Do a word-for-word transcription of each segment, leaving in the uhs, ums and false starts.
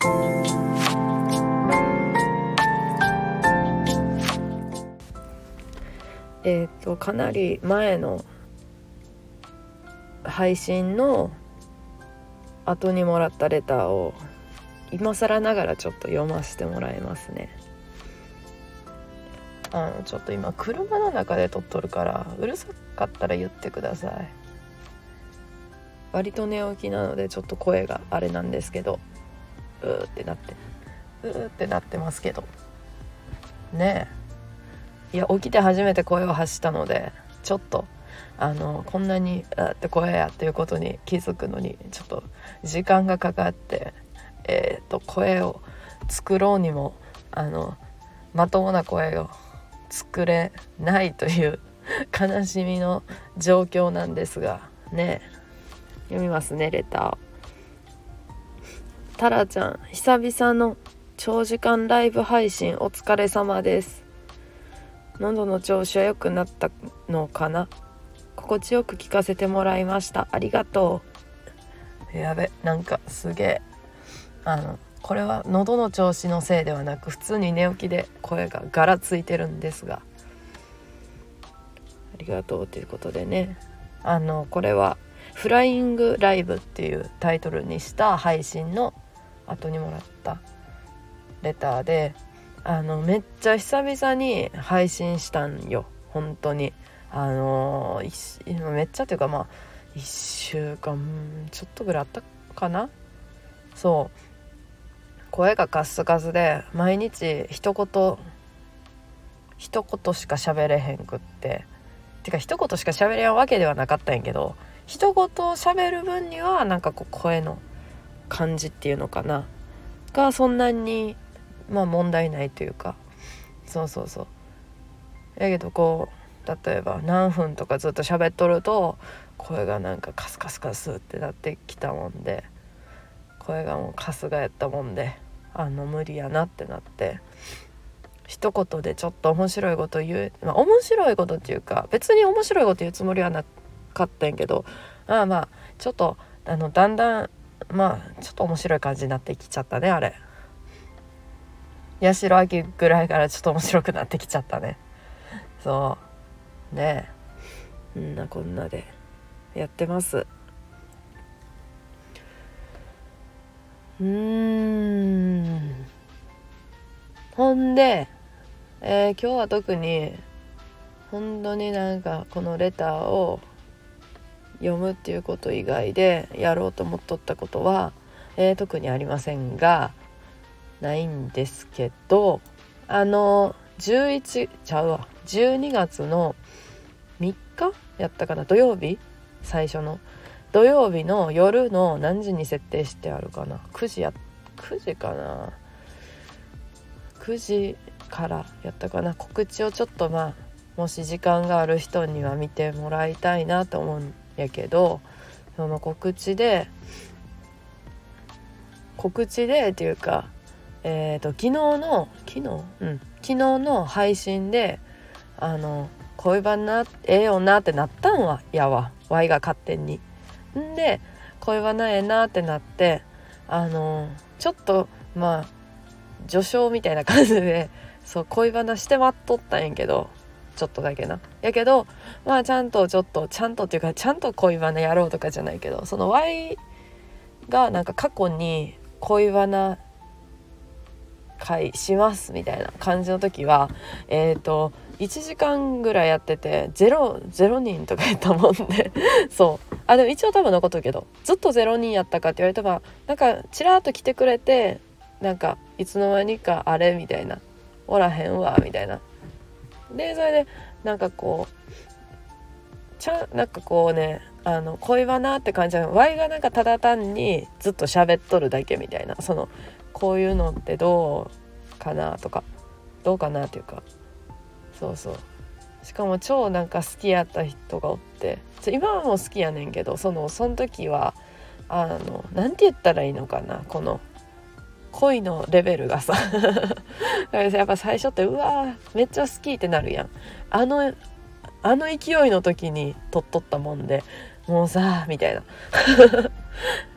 えっとかなり前の配信の後にもらったレターを今更ながらちょっと読ませてもらいますね。あのちょっと今車の中で撮っとるからうるさかったら言ってください。割と寝起きなのでちょっと声があれなんですけど、うーってなってうーってなってますけどねえ。いや起きて初めて声を発したのでちょっとあのこんなにあって声やっていうことに気づくのにちょっと時間がかかって、えー、と声を作ろうにもあのまともな声を作れないという悲しみの状況なんですがね。読みますねレターを。タラちゃん、久々の長時間ライブ配信お疲れ様です。喉の調子は良くなったのかな。心地よく聞かせてもらいました。ありがとう。やべ、なんかすげえあのこれは喉の調子のせいではなく普通に寝起きで声がガラついてるんですが、ありがとうということでね。あのこれはフライングライブっていうタイトルにした配信の後にもらったレターで、あのめっちゃ久々に配信したんよ。本当にあのー、めっちゃというかまあいっしゅうかんちょっとぐらいあったかな。そう声がカスカスで毎日一言一言しか喋れへんくって、てか一言しか喋れんわけではなかったんやけど、一言喋る分にはなんかこう声の感じっていうのかながそんなにまあ問題ないというか、そうそうそうやけどこう例えば何分とかずっと喋っとると声がなんかカスカスカスってなってきたもんで、声がもうカスがやったもんであの無理やなってなって、一言でちょっと面白いこと言う、まあ面白いことっていうか別に面白いこと言うつもりはなかったんやけど、まあまあちょっとあのだんだんまあちょっと面白い感じになってきちゃったね。あれ八代亜紀ぐらいからちょっと面白くなってきちゃったね。そうねえ、んなこんなでやってます。うーんほんで、えー、今日は特に本当になんかこのレターを読むっていうこと以外でやろうと思っとったことは、えー、特にありませんがないんですけど、あのじゅういちちゃうわじゅうにがつのみっかやったかな、土曜日、最初の土曜日の夜の何時に設定してあるかな、くじやくじかなくじからやったかな。告知をちょっとまあもし時間がある人には見てもらいたいなと思うんやけど、その告知で告知でっていうかえーと昨日の昨日うん昨日の配信であの恋バナええよなってなったんはやわわいが勝手にんで恋バナええなってなって、あのちょっとまあ序章みたいな感じでそう恋バナしてまっとったんやけど、ちょっとだけなやけどまあちゃんとちょっとちゃんとっていうかちゃんと恋バナやろうとかじゃないけど、その Y がなんか過去に恋バナ会しますみたいな感じの時はえっといちじかんぐらいやっててゼロ、ゼロにんとかやったもんでそうあでも一応多分残っとるけどずっとゼロにんやったかって言われたらなんかちらっと来てくれてなんかいつの間にかあれみたいなおらへんわみたいなで、それでなんかこうちゃなんかこうねあの恋バナって感じじゃない、ワイがなんかただ単にずっと喋っとるだけみたいな、そのこういうのってどうかなとかどうかなっていうか、そうそうしかも超なんか好きやった人がおって、今はもう好きやねんけど、そのその時はあのなんて言ったらいいのかな、この恋のレベルがさやっぱ最初ってうわめっちゃ好きってなるやん、あのあの勢いの時に撮っとったもんでもうさみたいな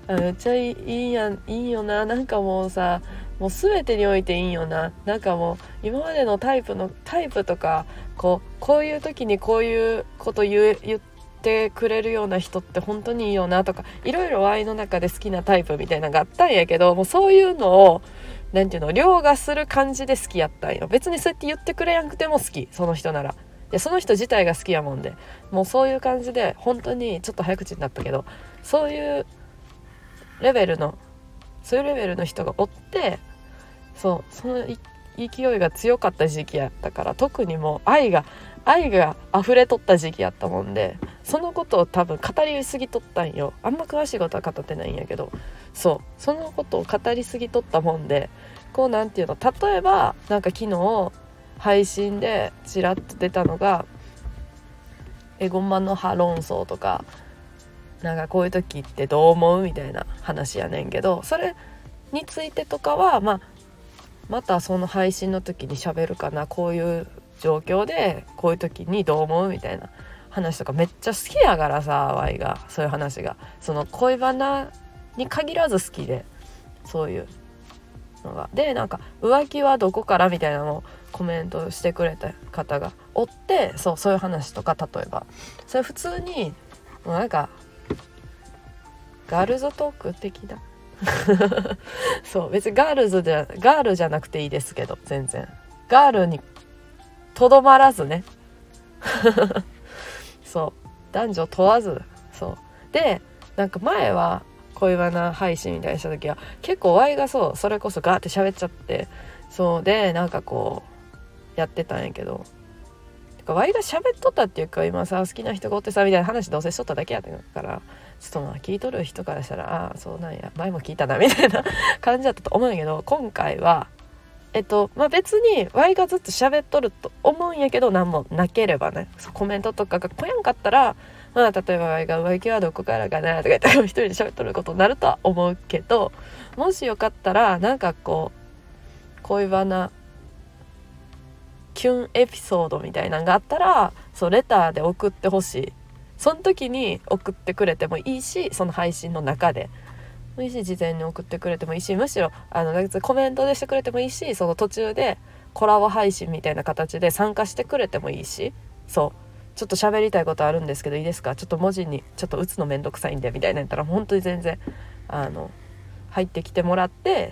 あめっちゃいい、いいやんいいよな。なんかもうさ、もう全てにおいていいよな。なんかもう今までのタイプのタイプとか、こうこういう時にこういうこと言う言ってくれるような人って本当にいいよなとか、いろいろワイの中で好きなタイプみたいなのがあったんやけど、もうそういうのをなんていうの、凌駕する感じで好きやったんよ。別にそうやって言ってくれやんくても好き、その人なら。でその人自体が好きやもんで、もうそういう感じで、本当にちょっと早口になったけど、そういうレベルのそういうレベルの人がおって、そうその勢いが強かった時期やったから、特にもう愛が愛が溢れとった時期やったもんで、そのことを多分語りすぎとったんよ。あんま詳しいことは語ってないんやけど、そうそのことを語りすぎとったもんで、こうなんていうの、例えばなんか昨日配信でちらっと出たのがエゴマの葉論争とか、なんかこういう時ってどう思うみたいな話やねんけど、それについてとかは、まあ、またその配信の時に喋るかな。こういう状況でこういう時にどう思うみたいな話とかめっちゃ好きやからさ、ワイがそういう話がその恋バナに限らず好きで、そういうのがで、なんか浮気はどこからみたいなのをコメントしてくれた方がおって、そうそういう話とか、例えばそれ普通にもうなんかガールズトーク的なそう別にガールズでガールじゃなくていいですけど、全然ガールにとどまらずねそう男女問わず、そうでなんか前は恋バナ配信みたいにした時は結構ワイがそうそれこそガーって喋っちゃって、そうでなんかこうやってたんやけど、ワイが喋っとったっていうか、今さ好きな人がおってさみたいな話どうせしとっただけやったからちょっとまあ聞いとる人からしたら、ああそうなんや前も聞いたなみたいな感じだったと思うんやけど、今回はえっとまあ別にワイがずっと喋っとると思うんやけど、何もなければね、コメントとかが来やんかったら、まあ例えばワイが浮気はどこからかなとか言って一人で喋っとることになるとは思うけど、もしよかったらなんかこう恋バナキュンエピソードみたいなのがあったら、そうレターで送ってほしい。その時に送ってくれてもいいし、その配信の中でもいいし、事前に送ってくれてもいいし、むしろあのコメントでしてくれてもいいし、その途中でコラボ配信みたいな形で参加してくれてもいいし、そうちょっと喋りたいことあるんですけどいいですか、ちょっと文字にちょっと打つのめんどくさいんでみたいなやったら、本当に全然あの入ってきてもらって、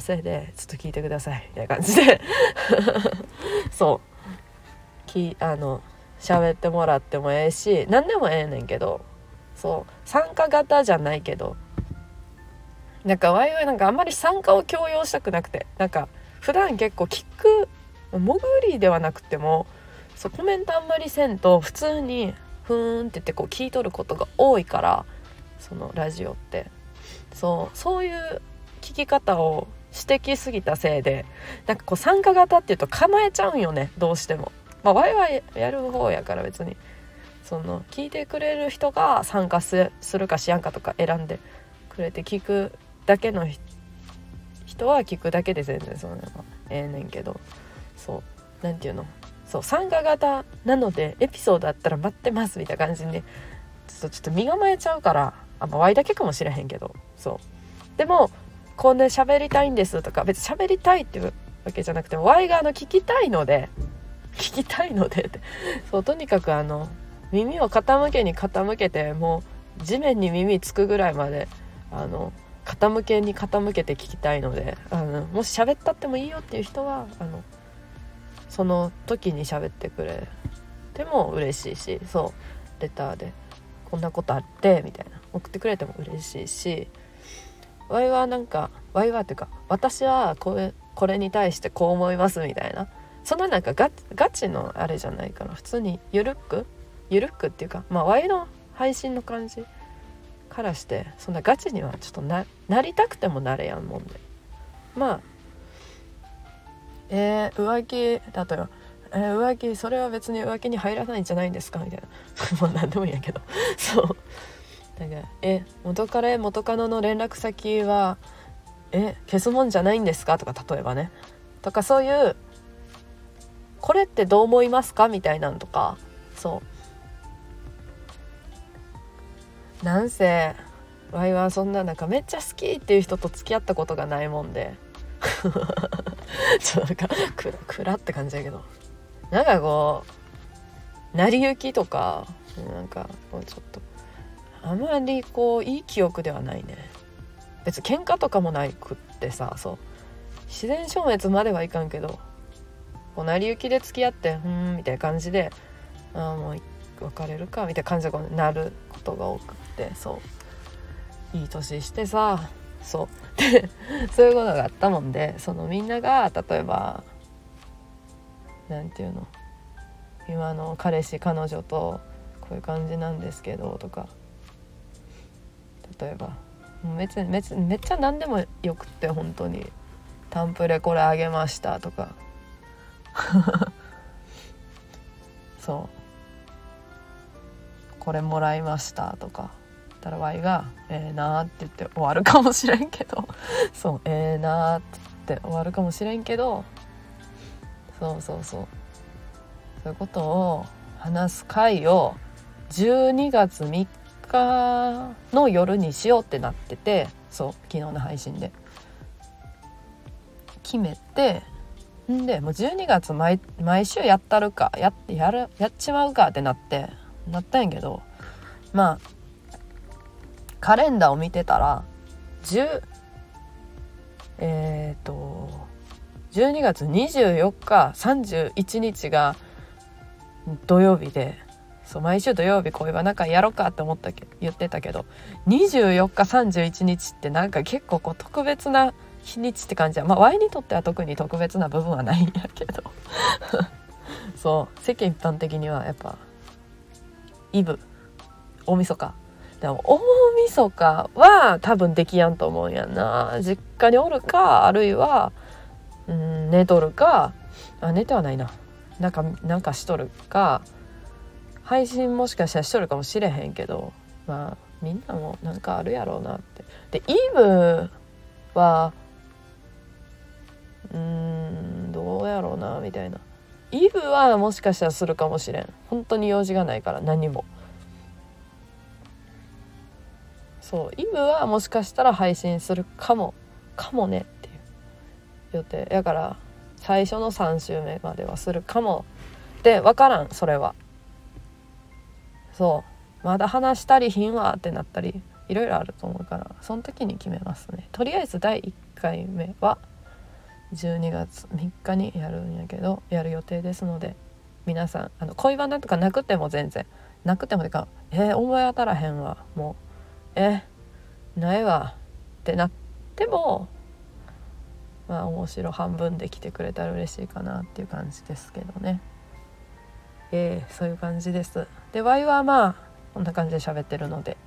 それでちょっと聞いてくださいみたいな感じでそうきあの喋ってもらってもええし、何でもええねんけど、そう参加型じゃないけど、なんかワイワイなんかあんまり参加を強要したくなくて、なんか普段結構聞く潜りではなくても、そうコメントあんまりせんと普通にふーんって言ってこう聞いとることが多いから、そのラジオってそうそういう聞き方をしてきすぎたせいで、なんかこう参加型っていうと構えちゃうんよね、どうしても。まあワイワイやる方やから別にその聞いてくれる人が参加するかしやんかとか選んでくれて聞くだけの人は聞くだけで全然そのええねんけど、そうなんていうの、そう参加型なのでエピソードあったら待ってますみたいな感じに、ね、ちょっとちょっと身構えちゃうから、あまあワイだけかもしれへんけど、そうでもこんな喋りたいんですとか、別に喋りたいっていうわけじゃなくてもワイがあの聞きたいので聞きたいのでってそうとにかくあの耳を傾けに傾けて、もう地面に耳つくぐらいまであの傾けに傾けて聞きたいので、あのもし喋ったってもいいよっていう人はあのその時に喋ってくれても嬉しいし、そうレターでこんなことあってみたいな送ってくれても嬉しいし、ワイはなんかワイはっていうか私はこれこれに対してこう思いますみたいな、そんななんかガガチのあれじゃないから、普通にゆるくゆるくっていうか、まあワイの配信の感じからしてそんなガチにはちょっと な, なりたくてもなれやんもんで、まあえー、浮気例えば、えー、浮気それは別に浮気に入らないんじゃないんですかみたいなもう何でもいいんやけどそうだからえ元彼元カノの連絡先はえ消すもんじゃないんですかとか、例えばねとか、そういうこれってどう思いますかみたいなのとか、そうなんせわいはそんななんかめっちゃ好きっていう人と付き合ったことがないもんでちょっとなんかくらくらって感じだけど、なんかこう成り行きとかなんかちょっとあまりこういい記憶ではないね。別に喧嘩とかもないくってさ、そう自然消滅まではいかんけど、こう成り行きで付き合ってふーんみたいな感じで、あもう別れるかみたいな感じでこうなることが多くって、そういい年してさ、そうでそういうことがあったもんで、そのみんなが例えばなんていうの、今の彼氏彼女とこういう感じなんですけどとか、例えばもう別にめつめっちゃ何でもよくって本当にタンプレこれあげましたとかそうこれもらいましたとかたらわいがええー、なーって言って終わるかもしれんけどそうええー、なーって言って終わるかもしれんけど、そうそうそうそういうことを話す会をじゅうにがつみっかの夜にしようってなってて、そう昨日の配信で決めて、んでもうじゅうにがつ 毎, 毎週やったるか や, や, るやっちまうかってなってなったんやけど、まあカレンダーを見てたら10えっ、ー、とじゅうにがつにじゅうよっかさんじゅういちにちが土曜日で、そう毎週土曜日恋バナ会やろうかって思ったけ言ってたけど、にじゅうよっかさんじゅういちにちってなんか結構こう特別な日にちって感じや。まあ Y にとっては特に特別な部分はないんやけどそう世間一般的にはやっぱイブ大晦日でも大晦日は多分できやんと思うんやんな。実家におるか、あるいはうん寝とるか、あ寝てはないな、なんかなんかしとるか、配信もしかしたらしとるかもしれへんけど、まあみんなもなんかあるやろうなって。でイブはうーんどうやろうなみたいな。イブはもしかしたらするかもしれん。本当に用事がないから何も。そうイブはもしかしたら配信するかもかもねっていう予定やから、最初のさん週目まではするかもで分からん。それはそうまだ話したりひんわってなったりいろいろあると思うから、その時に決めますね。とりあえずだいいっかいめはじゅうにがつみっかにやるんやけど、やる予定ですので、皆さんあの恋バナとかなくても全然なくてもてかえー、思い当たらへんわもうえないわってなっても、まあ面白半分で来てくれたら嬉しいかなっていう感じですけどね。えー、そういう感じです。でワイはまあこんな感じで喋ってるので、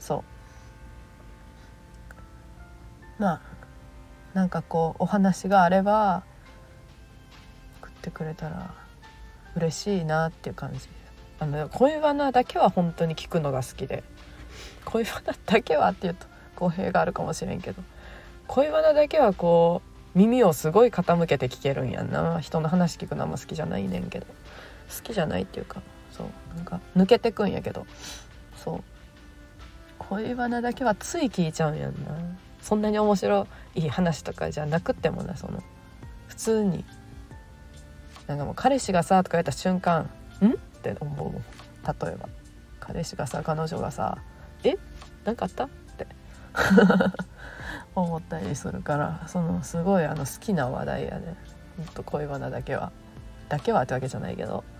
そうまあなんかこうお話があれば送ってくれたら嬉しいなっていう感じ。あの恋バナだけは本当に聞くのが好きで、恋バナだけはっていうと公平があるかもしれんけど、恋バナだけはこう耳をすごい傾けて聞けるんやんな。人の話聞くのも好きじゃないねんけど、好きじゃないっていうかそうなんか抜けてくんやけど、そう恋バナだけはつい聞いちゃうんやんな。そんなに面白い話とかじゃなくてもな、その普通になんかもう彼氏がさとか言った瞬間んって思うもん。例えば彼氏がさ彼女がさえなんかあったって思ったりするから、そのすごいあの好きな話題やね。ほんと恋バナだけはだけはってわけじゃないけど、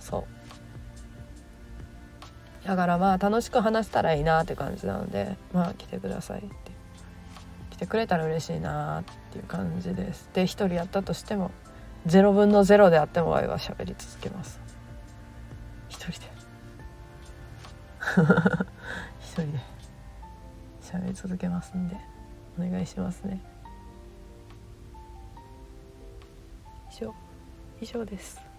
そうだからまあ楽しく話せたらいいなって感じなので、まあ来てくださいって来てくれたら嬉しいなっていう感じです。で一人やったとしてもゼロぶんのゼロであってもワイは喋り続けます。一人で一人で喋り続けますんでお願いしますね。以上以上です。